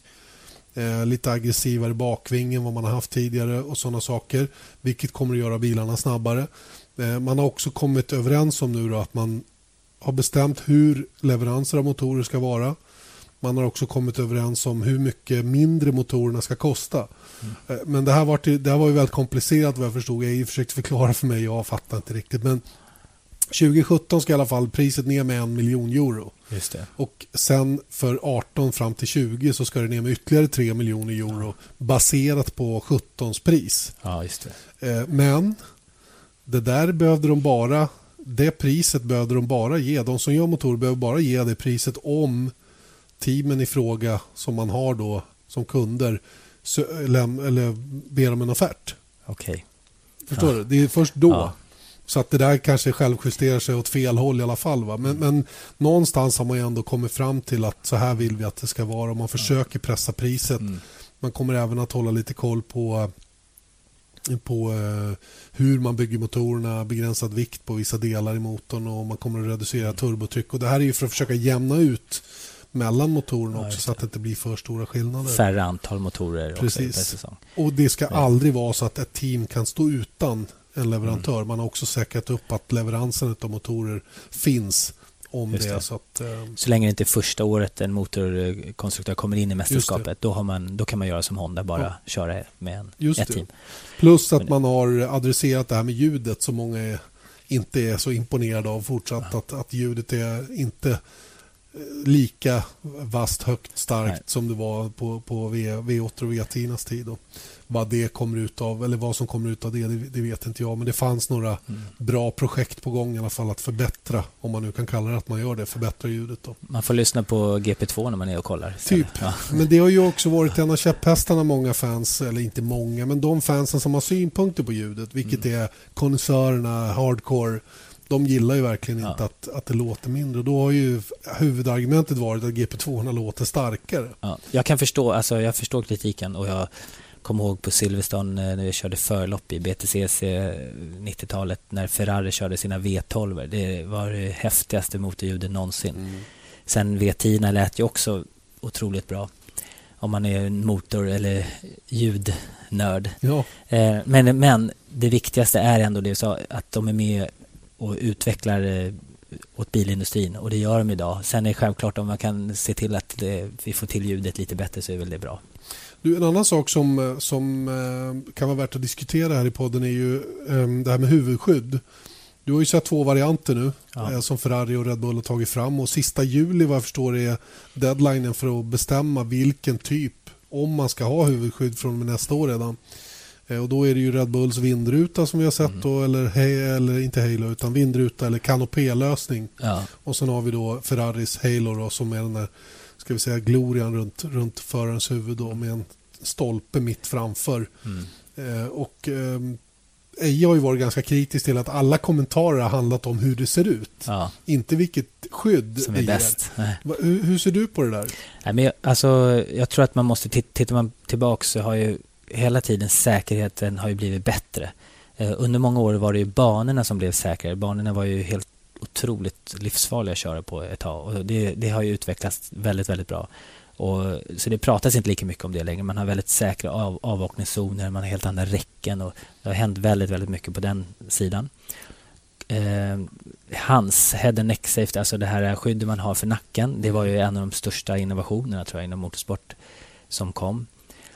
eh, lite aggressivare bakving än vad man har haft tidigare och sådana saker, vilket kommer att göra bilarna snabbare. Eh, man har också kommit överens om nu då att man har bestämt hur leveranser av motorer ska vara. Man har också kommit överens om hur mycket mindre motorerna ska kosta. Mm. Men det här, var till, det här var ju väldigt komplicerat vad jag förstod. Jag försökte förklara för mig, jag fattar inte riktigt. Men tjugo sjutton ska i alla fall priset ner med en miljon euro. Just det. Och sen för arton fram till tjugo så ska det ner med ytterligare tre miljoner euro baserat på sjuttons pris. Ja, just det. Men det där behövde de bara, det priset behövde de bara ge. De som gör motorer behöver bara ge det priset om teamen i fråga som man har då som kunder så, eller, eller ber om en offert. Okej. Okay. Förstår ja. du? Det är först då. Ja. Så att det där kanske självjusterar sig åt fel håll i alla fall. Va? Men, mm. men någonstans har man ju ändå kommit fram till att så här vill vi att det ska vara. Och man försöker pressa priset. Mm. Man kommer även att hålla lite koll på, på uh, hur man bygger motorerna, begränsad vikt på vissa delar i motorn, och man kommer att reducera turbotryck. Och det här är ju för att försöka jämna ut mellan motorerna också, ja, så att det inte blir för stora skillnader. Färre antal motorer. Precis. Också per säsong. Och det ska ja. aldrig vara så att ett team kan stå utan en leverantör. Mm. Man har också säkrat upp att leveransen av motorer finns om det. det. Så, att, eh... så länge det inte är första året en motorkonstruktör kommer in i mästerskapet, då, har man, då kan man göra som Honda, bara ja. köra med en, Just ett det. team. Plus att man har adresserat det här med ljudet som många är, inte är så imponerade av fortsatt. Ja. Att, att ljudet är inte lika vast, högt, starkt Nej. som det var på, på V åtta och V tio-nas tid. Då. Vad det kommer ut av, eller vad som kommer ut av det, det, det vet inte jag. Men det fanns några mm. bra projekt på gång i alla fall att förbättra, om man nu kan kalla det att man gör det, förbättra ljudet då. Man får lyssna på G P två när man är och kollar. Typ. Ja. Men det har ju också varit en av käpphästarna många fans, eller inte många, men de fansen som har synpunkter på ljudet, vilket mm. är konnässörerna, hardcore, de gillar ju verkligen Ja. inte att, att det låter mindre. Och då har ju huvudargumentet varit att G P två låter starkare. Ja, jag kan förstå, alltså jag förstår kritiken, och jag kommer ihåg på Silverstone eh, när vi körde förlopp i B T C C nittiotalet när Ferrari körde sina V tolv. Det var det häftigaste motorljudet någonsin. Mm. Sen V tio lät ju också otroligt bra om man är en motor- eller ljudnörd. Ja. Eh, men, men det viktigaste är ändå det så att de är med och utvecklar eh, åt bilindustrin, och det gör de idag. Sen är det självklart om man kan se till att det, vi får till ljudet lite bättre, så är väl det bra. Du, en annan sak som, som eh, kan vara värt att diskutera här i podden är ju eh, det här med huvudskydd. Du har ju sett två varianter nu Ja. eh, som Ferrari och Red Bull har tagit fram, och sista juli vad jag förstår är deadlinen för att bestämma vilken typ, om man ska ha huvudskydd från och med nästa år redan. Eh, och då är det ju Red Bulls vindruta som vi har sett Mm. då, eller, he- eller inte Halo utan vindruta eller kanopélösning. Ja. Och sen har vi då Ferraris Halo då, som är den där, ska vi säga, glorian runt, runt förarens huvud då, med en stolpe mitt framför. Mm. Eh, och eh, Eje har ju varit ganska kritisk till att alla kommentarer har handlat om hur det ser ut. Ja, Inte vilket skydd som det är ger. bäst. Nej. Va- Hur, hur ser du på det där? Nej, men jag, alltså, jag tror att man måste titta, tittar man tillbaka så har ju hela tiden säkerheten har ju blivit bättre. Eh, under många år var det ju banorna som blev säkrare. Banorna var ju helt otroligt livsfarliga att köra på ett tag, och det, det har ju utvecklats väldigt, väldigt bra. Och, så det pratas inte lika mycket om det längre. Man har väldigt säkra av, avåkningszoner, man har helt andra räcken, och det har hänt väldigt, väldigt mycket på den sidan. Eh, hans head and neck safety, alltså det här skyddet man har för nacken, det var ju en av de största innovationerna tror jag inom motorsport som kom.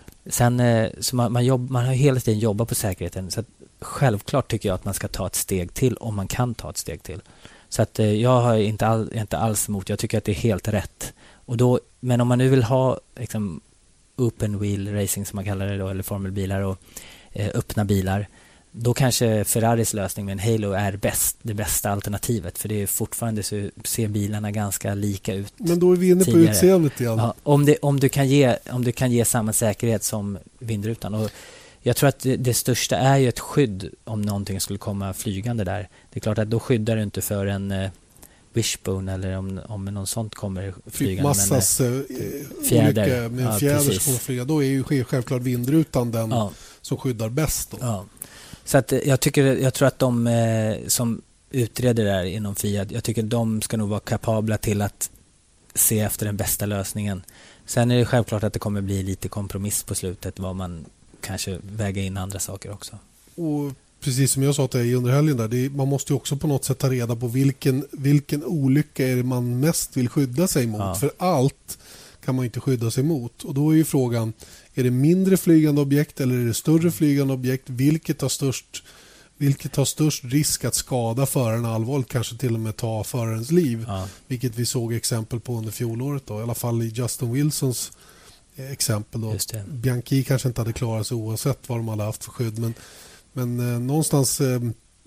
Sen eh, så man, man, jobb, man har hela tiden jobbat på säkerheten, så att självklart tycker jag att man ska ta ett steg till om man kan ta ett steg till. Så att eh, jag har inte, all, inte alls emot, jag tycker att det är helt rätt. Och då, men om man nu vill ha liksom, open wheel racing som man kallar det då, eller formelbilar och eh, öppna bilar, då kanske Ferraris lösning med en Halo är bäst, det bästa alternativet, för det är fortfarande så ser bilarna ganska lika ut. Men då är vi inne på tidigare. utseendet igen. Ja, om, det, om, du kan ge, om du kan ge samma säkerhet som vindrutan. Och jag tror att det, det största är ju ett skydd om någonting skulle komma flygande där. Det är klart att då skyddar du inte för en eh, wishbone eller om, om någon sånt kommer flygande. Massas men, eh, fjäder. olycka med en Ja, fjäder precis. som kommer flyga. Då är ju självklart vindrutan den ja, som skyddar bäst. Då. ja. Så att eh, jag, tycker, jag tror att de eh, som utreder det här inom Fiat, jag tycker de ska nog vara kapabla till att se efter den bästa lösningen. Sen är det självklart att det kommer bli lite kompromiss på slutet, vad man kanske väga in andra saker också. Och precis som jag sa till dig under helgen där, det är, man måste ju också på något sätt ta reda på vilken, vilken olycka är det man mest vill skydda sig mot. Ja. För allt kan man inte skydda sig mot. Och då är ju frågan, är det mindre flygande objekt eller är det större flygande objekt? Vilket har störst, vilket har störst risk att skada föraren allvarligt, kanske till och med ta förarens liv? Ja. Vilket vi såg exempel på under fjolåret då, i alla fall i Justin Wilsons eh, exempel då. Just det. Bianchi kanske inte hade klarat sig oavsett vad de hade haft för skydd, men Men eh, någonstans eh,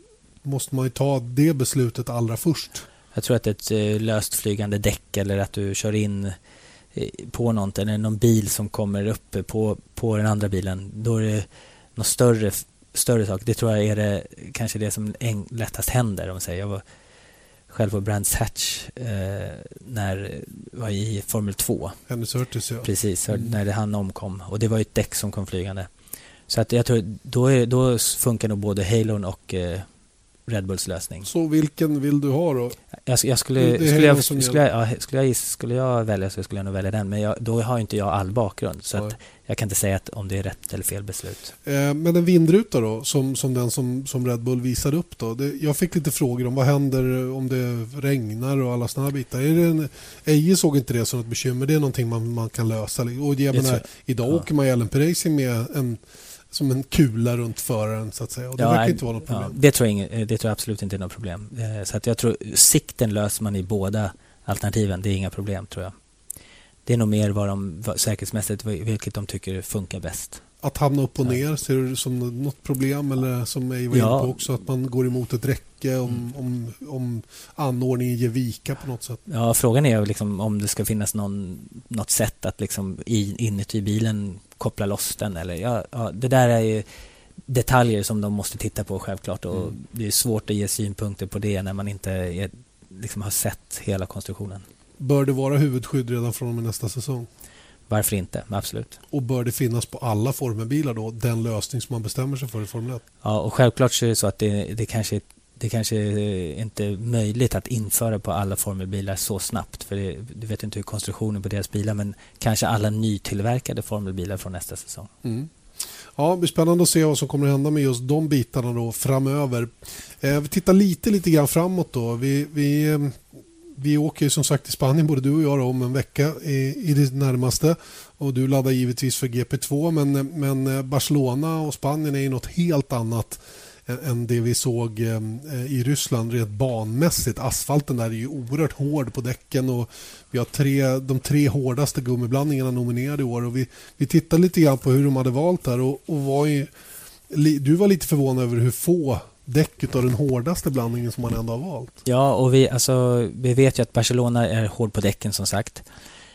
måste man ju ta det beslutet allra först. Jag tror att ett eh, löst flygande däck eller att du kör in eh, på något eller någon bil som kommer uppe på, på den andra bilen, då är det något större, större sak. Det tror jag är det, kanske det som en, lättast händer. Om man säger. Jag var själv på Brands Hatch eh, när jag var i Formel två. Henry Surtees, ja. Precis, mm. när det han omkom. Och det var ju ett däck som kom flygande. Så att jag tror då, är, då funkar nog både Halon och eh, Red Bulls lösning. Så vilken vill du ha då? Jag, jag skulle, det, det skulle, jag, skulle, skulle, jag, ja, skulle, jag, skulle jag välja så skulle jag nog välja den. Men jag, då har inte jag all bakgrund. Så att jag kan inte säga att om det är rätt eller fel beslut. Eh, men en vindruta då, som, som den som, som Red Bull visade upp då. Det, jag fick lite frågor om vad händer om det regnar och alla såna här bitar. Är det en, Eje såg inte det som ett bekymmer. Det är någonting man, man kan lösa. Och jag menar, idag ja. åker man i L M P Racing med en som en kula runt föraren så att säga. Och det ja, verkar inte vara något problem. Ja, det, tror jag ingen, det tror jag absolut inte är något problem. Så att jag tror sikten löser man i båda alternativen. Det är inga problem tror jag. Det är nog mer vad de säkerhetsmässigt vilket de tycker funkar bäst. Att hamna upp och ner, ja. Ser du det som något problem eller som jag var ja. inne på också att man går emot ett räcke om, mm. om, om anordningen ger vika på något sätt? Ja, frågan är liksom om det ska finnas någon, något sätt att liksom i, inuti bilen koppla loss den eller ja, ja, det där är ju detaljer som de måste titta på självklart, och Mm. det är svårt att ge synpunkter på det när man inte är, liksom har sett hela konstruktionen. Bör det vara huvudskydd redan från och med nästa säsong? Varför inte? Absolut. Och bör det finnas på alla formelbilar då, den lösning som man bestämmer sig för i Formel ett? Ja, och självklart så är det så att det, det kanske det kanske inte är möjligt att införa på alla formelbilar så snabbt, för det, du vet inte hur konstruktionen på deras bilar, men kanske alla nytillverkade formelbilar från nästa säsong. Mm. Ja, det blir spännande att se vad som kommer att hända med just de bitarna då framöver. Eh, vi tittar lite, lite grann framåt då. Vi, vi, eh, vi åker ju som sagt till Spanien, både du och jag, då, om en vecka i, i det närmaste. Och du laddar givetvis för G P två, men, men Barcelona och Spanien är ju något helt annat än det vi såg i Ryssland rent banmässigt. Asfalten där är ju oerhört hård på däcken, och vi har tre, de tre hårdaste gummiblandningarna nominerade i år, och vi, vi tittar lite grann på hur de hade valt där, och, och var ju, du var lite förvånad över hur få däck av den hårdaste blandningen som man ändå har valt. Ja, och vi, alltså, vi vet ju att Barcelona är hård på däcken som sagt.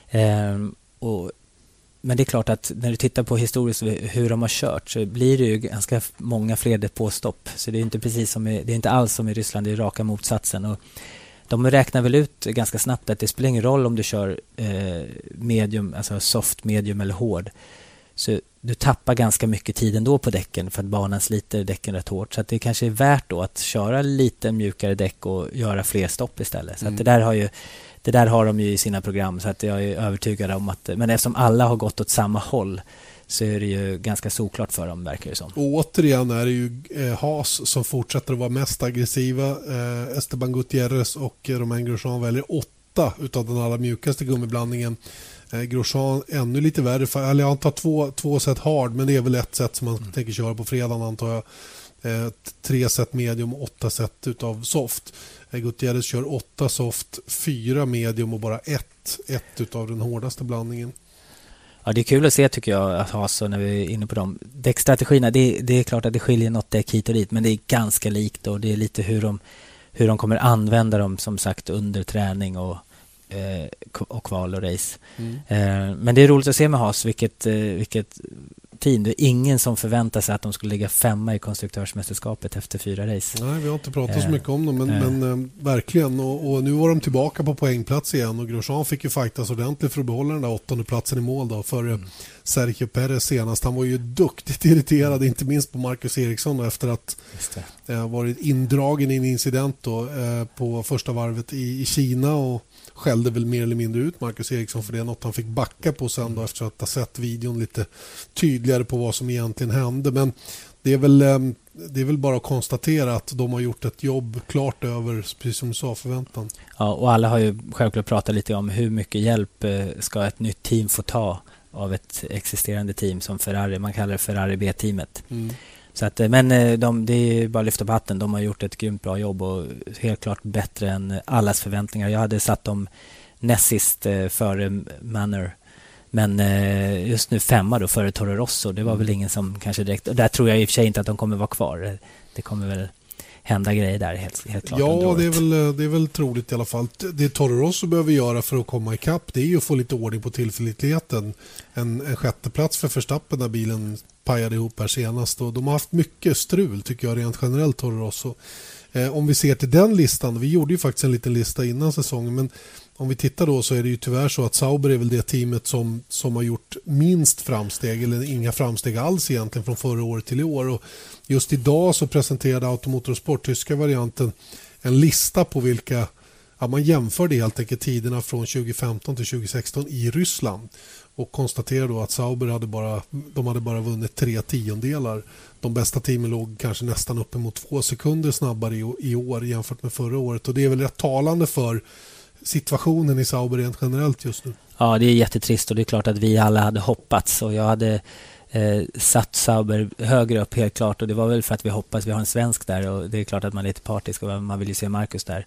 Ehm, och Men det är klart att när du tittar på historiskt hur de har kört, så blir det ju ganska många fler depåstopp. Så det är inte precis som i, det är inte alls som i Ryssland, det är raka motsatsen. Och de räknar väl ut ganska snabbt att det spelar ingen roll om du kör eh, medium, alltså soft, medium eller hård. Så du tappar ganska mycket tid ändå på däcken, för att banan sliter däcken rätt hårt. Så att det kanske är värt då att köra lite mjukare däck och göra fler stopp istället. Så Mm. att det där har ju Det där har de ju i sina program, så att jag är övertygad om att... Men eftersom alla har gått åt samma håll, så är det ju ganska såklart för dem, verkar det som. Och återigen är det ju eh, Haas som fortsätter att vara mest aggressiva. Eh, Esteban Gutierrez och eh, Romain Grosjean väljer åtta utav den allra mjukaste gummiblandningen. Eh, Grosjean ännu lite värre. För, eller han tar två, två set hard, men det är väl ett set som man mm. tänker köra på fredagen, antar jag. Eh, tre set medium och åtta set utav soft. Eh, Gutierrez kör åtta soft, fyra medium och bara ett, ett utav den hårdaste blandningen. Ja, det är kul att se, tycker jag, att ha så när vi är inne på dem. Däckstrategierna, det, det är klart att det skiljer något däck hit och dit, men det är ganska likt, och det är lite hur de, hur de kommer använda dem, som sagt, under träning och, eh, och kval och race. Mm. Eh, men det är roligt att se med Haas, vilket, eh, vilket team. Det är ingen som förväntar sig att de skulle ligga femma i konstruktörsmästerskapet efter fyra race. Nej, vi har inte pratat eh, så mycket om dem, men, eh. men eh, verkligen. Och, och nu var de tillbaka på poängplats igen, och Grosjean fick ju fightas ordentligt för att behålla den där åttonde platsen i mål då, för mm. Sergio Perez senast. Han var ju duktigt irriterad, inte minst på Marcus Eriksson då, efter att eh, varit indragen i en incident då, eh, på första varvet i, i Kina, och skällde väl mer eller mindre ut Marcus Eriksson för det, något han fick backa på sen då, efter att ha sett videon lite tydligare på vad som egentligen hände. Men det är väl, det är väl bara att konstatera att de har gjort ett jobb klart över, precis som du sa, förväntan. Ja, och alla har ju självklart pratat lite om hur mycket hjälp ska ett nytt team få ta av ett existerande team som Ferrari. Man kallar det Ferrari B-teamet. Mm. Så att, men de, det är bara att lyfta på hatten. De har gjort ett grymt bra jobb, och helt klart bättre än allas förväntningar. Jag hade satt dem näst sist eh, före Manor, men eh, just nu femma då före Toro Rosso. Det var väl ingen som kanske direkt... Och där tror jag i och för sig inte att de kommer vara kvar. Det kommer väl hända grejer där helt, helt klart. Ja, det är, väl, det är väl troligt i alla fall. Det Toro Rosso behöver göra för att komma ikapp, det är ju att få lite ordning på tillförlitligheten. En, en sjätteplats för Verstappen när bilen pajade ihop här senast. Och de har haft mycket strul, tycker jag, rent generellt, Toro Rosso. Eh, om vi ser till den listan, vi gjorde ju faktiskt en liten lista innan säsongen, men om vi tittar då, så är det ju tyvärr så att Sauber är väl det teamet som, som har gjort minst framsteg, eller inga framsteg alls egentligen från förra året till i år. Och just idag så presenterade Automotorsport, tyska varianten, en lista på vilka, ja, man jämförde helt enkelt tiderna från tjugohundrafemton till tjugohundrasexton i Ryssland, och konstaterade då att Sauber hade bara, de hade bara vunnit tre tiondelar. De bästa teamen låg kanske nästan uppemot två sekunder snabbare i, i år jämfört med förra året, och det är väl rätt talande för situationen i Sauber rent generellt just nu. Ja, det är jättetrist, och det är klart att vi alla hade hoppats, och jag hade eh, satt Sauber högre upp helt klart, och det var väl för att vi hoppas, vi har en svensk där, och det är klart att man är lite partisk och man vill ju se Marcus där.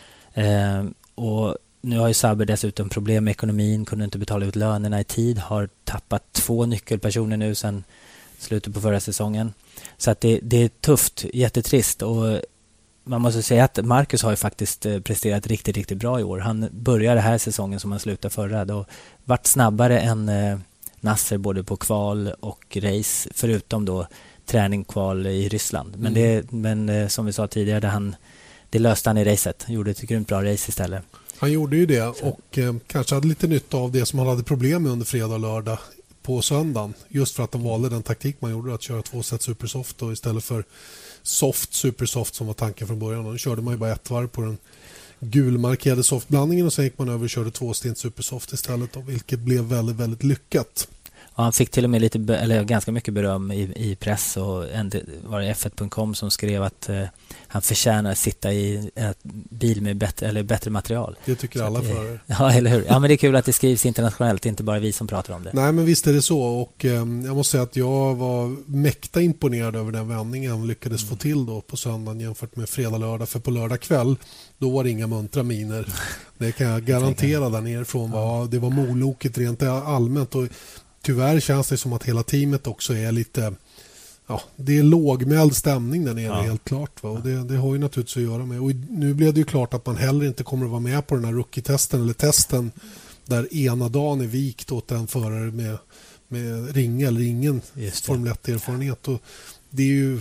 Eh, och nu har ju Sauber dessutom problem med ekonomin, kunde inte betala ut lönerna i tid, har tappat två nyckelpersoner nu sedan slutet på förra säsongen. Så att det, det är tufft, jättetrist, och man måste säga att Marcus har ju faktiskt presterat riktigt, riktigt bra i år. Han började här säsongen som han slutade förra. Då varit snabbare än eh, Nasser både på kval och race. Förutom då träning kval i Ryssland. Men, Mm. det, men eh, som vi sa tidigare, det, han, det löste han i racet. Han gjorde ett grymt bra race istället. Han gjorde ju det och eh, kanske hade lite nytta av det som han hade problem med under fredag och lördag på söndagen. Just för att de valde den taktik man gjorde, att köra två set supersoft då, istället för soft supersoft som var tanken från början. Då körde man ju bara ett varv på den gulmarkerade softblandningen och sen gick man över och körde två stint supersoft istället då, vilket blev väldigt, väldigt lyckat. Och han fick till och med lite, be- eller ganska mycket beröm i, i press, och en, det var det F ett punkt com som skrev att eh, han förtjänar att sitta i en bil med bättre, eller bättre material. Det tycker Så alla att, eh, förare. Ja, eller hur? Ja, men det är kul att det skrivs internationellt, inte bara vi som pratar om det. Nej, men visst är det så. Och eh, jag måste säga att jag var mäkta imponerad över den vändningen han lyckades mm. få till då på söndagen jämfört med fredag lördag. För på lördag kväll, då var det inga muntra miner. Det kan jag garantera där nerifrån. Var, det var molokigt rent allmänt, och tyvärr känns det som att hela teamet också är lite... Ja, det är lågmäld stämning där nere, ja. Helt klart. Va? Och det, det har ju naturligtvis att göra med. Och nu blev det ju klart att man heller inte kommer att vara med på den här rookie-testen eller testen där ena dagen är vikt åt en förare med, med ringa eller ingen Formel ett-erfarenhet. Och det är ju...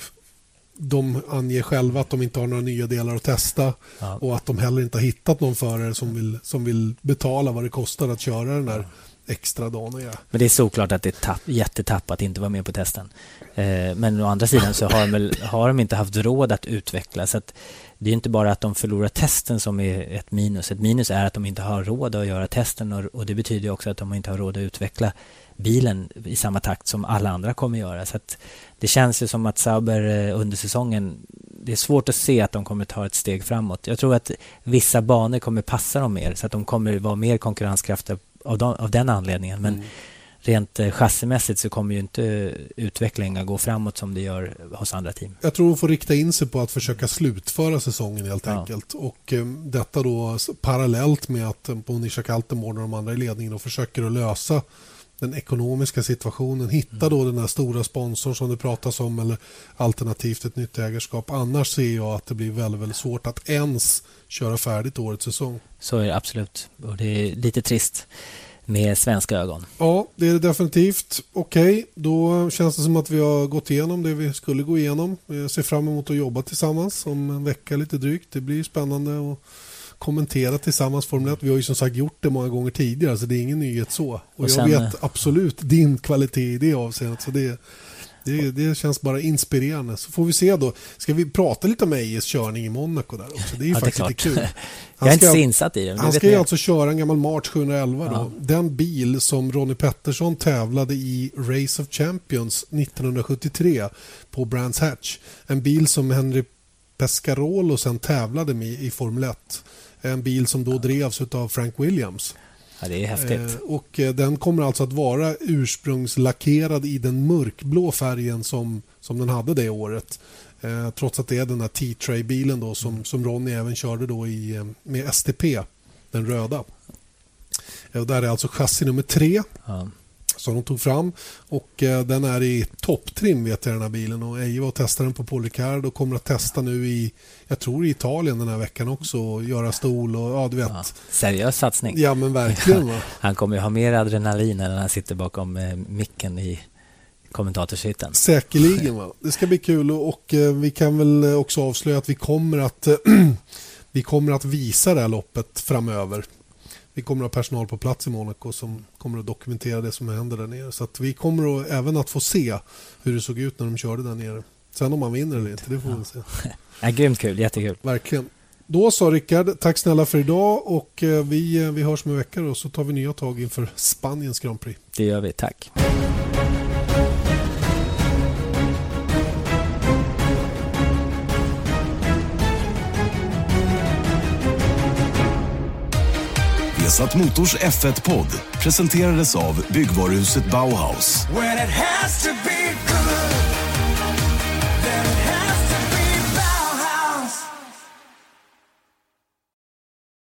De anger själva att de inte har några nya delar att testa, ja. Och att de heller inte har hittat någon förare som vill, som vill betala vad det kostar att köra den där ja. extra dagen. Ja. Men det är såklart att det är tapp, jättetapp att inte vara med på testen. Eh, men å andra sidan så har de, väl, har de inte haft råd att utveckla. Så att det är inte bara att de förlorar testen som är ett minus. Ett minus är att de inte har råd att göra testen, och, och det betyder också att de inte har råd att utveckla bilen i samma takt som alla andra kommer göra. Så att det känns ju som att Sauber under säsongen, det är svårt att se att de kommer ta ett steg framåt. Jag tror att vissa banor kommer passa dem mer, så att de kommer vara mer konkurrenskraftiga av, de, av den anledningen. Men mm. rent chassimässigt så kommer ju inte utvecklingen gå framåt som det gör hos andra team. Jag tror de får rikta in sig på att försöka slutföra säsongen helt ja. enkelt. Och eh, detta då parallellt med att eh, på Nisha Kaltenborn och de andra i ledningen och försöker att lösa den ekonomiska situationen, hitta då den här stora sponsorn som det pratas om, eller alternativt ett nytt ägarskap. Annars ser jag att det blir väldigt, väldigt svårt att ens köra färdigt årets säsong. Så är det absolut, och det är lite trist med svenska ögon. Ja, det är det definitivt. Okej, då känns det som att vi har gått igenom det vi skulle gå igenom. Jag ser fram emot att jobba tillsammans om en vecka lite drygt. Det blir spännande att kommentera tillsammans Formel ett. Vi har ju som sagt gjort det många gånger tidigare, så det är ingen nyhet så. Och, och sen, jag vet absolut din kvalitet i det avseendet, så det, det, det känns bara inspirerande. Så får vi se då. Ska vi prata lite om Ejes körning i Monaco där också? Det är ju ja, faktiskt det är lite kul. Han jag är inte så insatt i det. Han ska ju alltså köra en gammal March sjuhundraelva då. Ja. Den bil som Ronnie Pettersson tävlade i Race of Champions nittonhundrasjuttiotre på Brands Hatch. En bil som Henry Pescarolo sen tävlade med i Formel ett. En bil som då drevs av Frank Williams. Ja, det är häftigt. Eh, och eh, den kommer alltså att vara ursprungslackerad i den mörkblå färgen som, som den hade det året. Eh, trots att det är den här T-Tray-bilen då som, mm. som Ronnie även körde då i, eh, med S T P, den röda. Eh, och där är alltså chassi nummer tre. Ja. Som de tog fram, och eh, den är i topptrim vet jag, den här bilen, och Eje var och testade den på Paul Ricard och kommer att testa nu i, jag tror i Italien den här veckan också, och göra stol och ja du vet. Ja, seriös satsning. Ja men verkligen. Va? Han kommer ju ha mer adrenalin när han sitter bakom eh, micken i kommentatorshytten. Säkerligen va. Det ska bli kul, och, och eh, vi kan väl också avslöja att vi kommer att vi kommer att visa det här loppet framöver. Vi kommer att ha personal på plats i Monaco som kommer att dokumentera det som händer där nere. Så att vi kommer att, även att få se hur det såg ut när de körde där nere. Sen om man vinner eller inte, det får vi se. Ja, grymt kul, jättekul. Verkligen. Då sa Rickard, tack snälla för idag, och vi, vi hörs med veckor och så tar vi nya tag inför Spaniens Grand Prix. Det gör vi, tack. Vesat Motors F ett-podd presenterades av Byggvaruhuset Bauhaus. When it has to be